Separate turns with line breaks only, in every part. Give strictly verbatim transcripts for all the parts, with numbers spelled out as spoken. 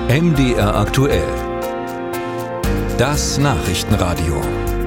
M D R aktuell. Das Nachrichtenradio.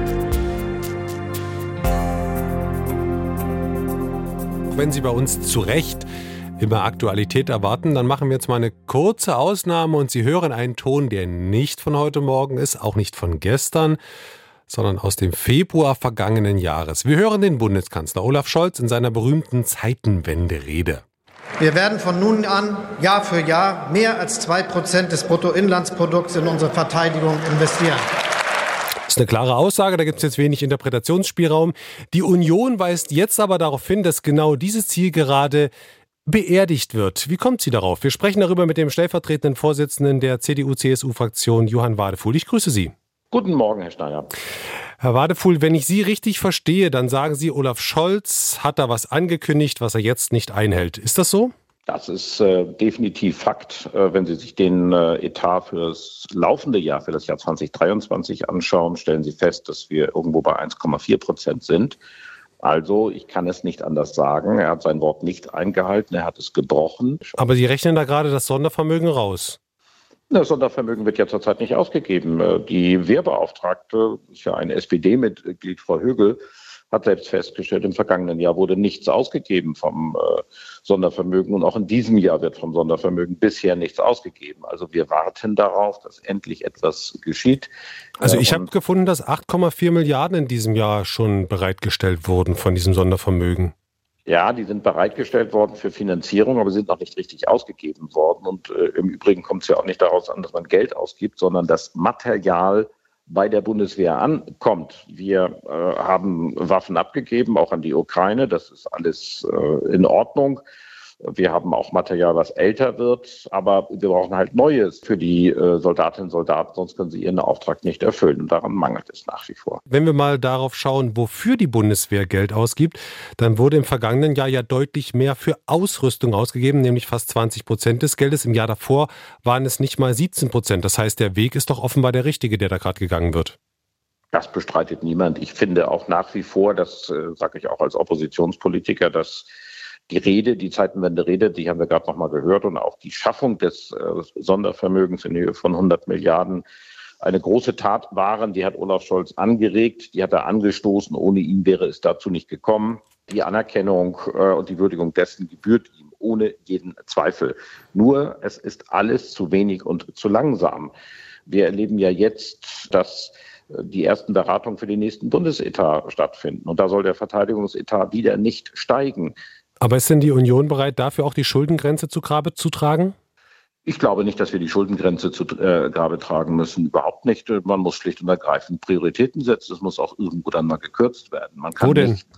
Wenn Sie bei uns zu Recht immer Aktualität erwarten, dann machen wir jetzt mal eine kurze Ausnahme und Sie hören einen Ton, der nicht von heute Morgen ist, auch nicht von gestern, sondern aus dem Februar vergangenen Jahres. Wir hören den Bundeskanzler Olaf Scholz in seiner berühmten Zeitenwende-Rede.
Wir werden von nun an Jahr für Jahr mehr als zwei Prozent des Bruttoinlandsprodukts in unsere Verteidigung investieren.
Das ist eine klare Aussage, da gibt es jetzt wenig Interpretationsspielraum. Die Union weist jetzt aber darauf hin, dass genau dieses Ziel gerade beerdigt wird. Wie kommt sie darauf? Wir sprechen darüber mit dem stellvertretenden Vorsitzenden der C D U C S U-Fraktion, Johann Wadefuhl. Ich grüße Sie.
Guten Morgen, Herr Steyer.
Herr Wadefuhl, wenn ich Sie richtig verstehe, dann sagen Sie, Olaf Scholz hat da was angekündigt, was er jetzt nicht einhält. Ist das so?
Das ist äh, definitiv Fakt. Äh, wenn Sie sich den äh, Etat für das laufende Jahr, für das Jahr zwanzig dreiundzwanzig anschauen, stellen Sie fest, dass wir irgendwo bei eins Komma vier Prozent sind. Also, ich kann es nicht anders sagen. Er hat sein Wort nicht eingehalten, er hat es gebrochen.
Aber Sie rechnen da gerade das Sondervermögen raus.
Das Sondervermögen wird ja zurzeit nicht ausgegeben. Die Wehrbeauftragte, ist ja ein S P D-Mitglied, Frau Högel, hat selbst festgestellt, im vergangenen Jahr wurde nichts ausgegeben vom äh, Sondervermögen und auch in diesem Jahr wird vom Sondervermögen bisher nichts ausgegeben. Also wir warten darauf, dass endlich etwas geschieht.
Also ich habe gefunden, dass acht Komma vier Milliarden in diesem Jahr schon bereitgestellt wurden von diesem Sondervermögen.
Ja, die sind bereitgestellt worden für Finanzierung, aber sind noch nicht richtig ausgegeben worden. Und äh, im Übrigen kommt es ja auch nicht daraus an, dass man Geld ausgibt, sondern das Material bei der Bundeswehr ankommt. Wir äh, haben Waffen abgegeben, auch an die Ukraine. Das ist alles äh, in Ordnung. Wir haben auch Material, was älter wird, aber wir brauchen halt Neues für die äh, Soldatinnen und Soldaten, sonst können sie ihren Auftrag nicht erfüllen. Und daran mangelt es nach wie vor.
Wenn wir mal darauf schauen, wofür die Bundeswehr Geld ausgibt, dann wurde im vergangenen Jahr ja deutlich mehr für Ausrüstung ausgegeben, nämlich fast zwanzig Prozent des Geldes. Im Jahr davor waren es nicht mal siebzehn Prozent. Das heißt, der Weg ist doch offenbar der richtige, der da gerade gegangen wird.
Das bestreitet niemand. Ich finde auch nach wie vor, das äh, sage ich auch als Oppositionspolitiker, dass die Rede, die Zeitenwende-Rede, die haben wir gerade noch mal gehört, und auch die Schaffung des äh, Sondervermögens in Höhe von hundert Milliarden eine große Tat waren. Die hat Olaf Scholz angeregt, die hat er angestoßen. Ohne ihn wäre es dazu nicht gekommen. Die Anerkennung äh, und die Würdigung dessen gebührt ihm, ohne jeden Zweifel. Nur, es ist alles zu wenig und zu langsam. Wir erleben ja jetzt, dass die ersten Beratungen für den nächsten Bundesetat stattfinden. Und da soll der Verteidigungsetat wieder nicht steigen.
Aber ist denn die Union bereit, dafür auch die Schuldengrenze zu Grabe zu tragen?
Ich glaube nicht, dass wir die Schuldengrenze zu äh, Grabe tragen müssen. Überhaupt nicht. Man muss schlicht und ergreifend Prioritäten setzen. Es muss auch irgendwo dann mal gekürzt werden. Man kann
Wo denn?
Nicht,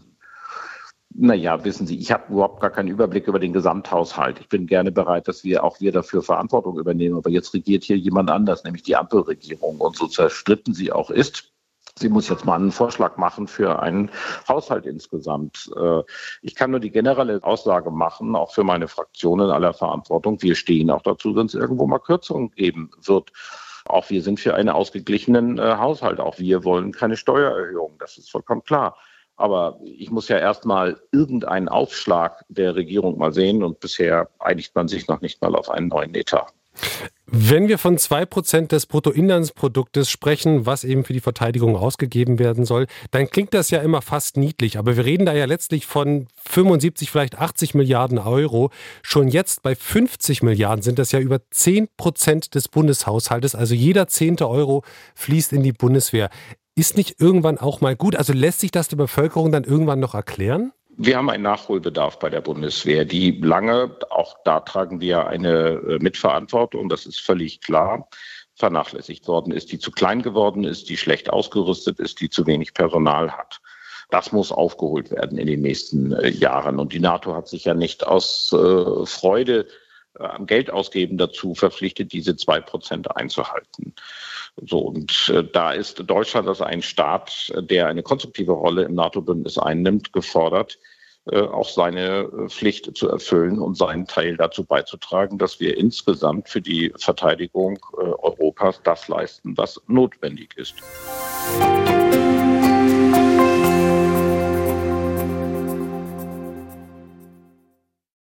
naja, wissen Sie, ich habe überhaupt gar keinen Überblick über den Gesamthaushalt. Ich bin gerne bereit, dass wir auch wir dafür Verantwortung übernehmen. Aber jetzt regiert hier jemand anders, nämlich die Ampelregierung. Und so zerstritten sie auch ist, sie muss jetzt mal einen Vorschlag machen für einen Haushalt insgesamt. Ich kann nur die generelle Aussage machen, auch für meine Fraktion in aller Verantwortung. Wir stehen auch dazu, wenn es irgendwo mal Kürzungen geben wird. Auch wir sind für einen ausgeglichenen Haushalt. Auch wir wollen keine Steuererhöhung. Das ist vollkommen klar. Aber ich muss ja erstmal irgendeinen Aufschlag der Regierung mal sehen. Und bisher einigt man sich noch nicht mal auf einen neuen Etat.
Wenn wir von zwei Prozent des Bruttoinlandsproduktes sprechen, was eben für die Verteidigung ausgegeben werden soll, dann klingt das ja immer fast niedlich. Aber wir reden da ja letztlich von fünfundsiebzig, vielleicht achtzig Milliarden Euro. Schon jetzt bei fünfzig Milliarden sind das ja über zehn Prozent des Bundeshaushaltes. Also jeder zehnte Euro fließt in die Bundeswehr. Ist nicht irgendwann auch mal gut? Also lässt sich das der Bevölkerung dann irgendwann noch erklären?
Wir haben einen Nachholbedarf bei der Bundeswehr, die lange, auch da tragen wir eine Mitverantwortung, das ist völlig klar, vernachlässigt worden ist, die zu klein geworden ist, die schlecht ausgerüstet ist, die zu wenig Personal hat. Das muss aufgeholt werden in den nächsten äh, Jahren. Und die NATO hat sich ja nicht aus äh, Freude äh, am Geldausgeben dazu verpflichtet, diese zwei Prozent einzuhalten. So, und äh, da ist Deutschland als ein Staat, der eine konstruktive Rolle im NATO-Bündnis einnimmt, gefordert, äh, auch seine äh, Pflicht zu erfüllen und seinen Teil dazu beizutragen, dass wir insgesamt für die Verteidigung äh, Europas das leisten, was notwendig ist.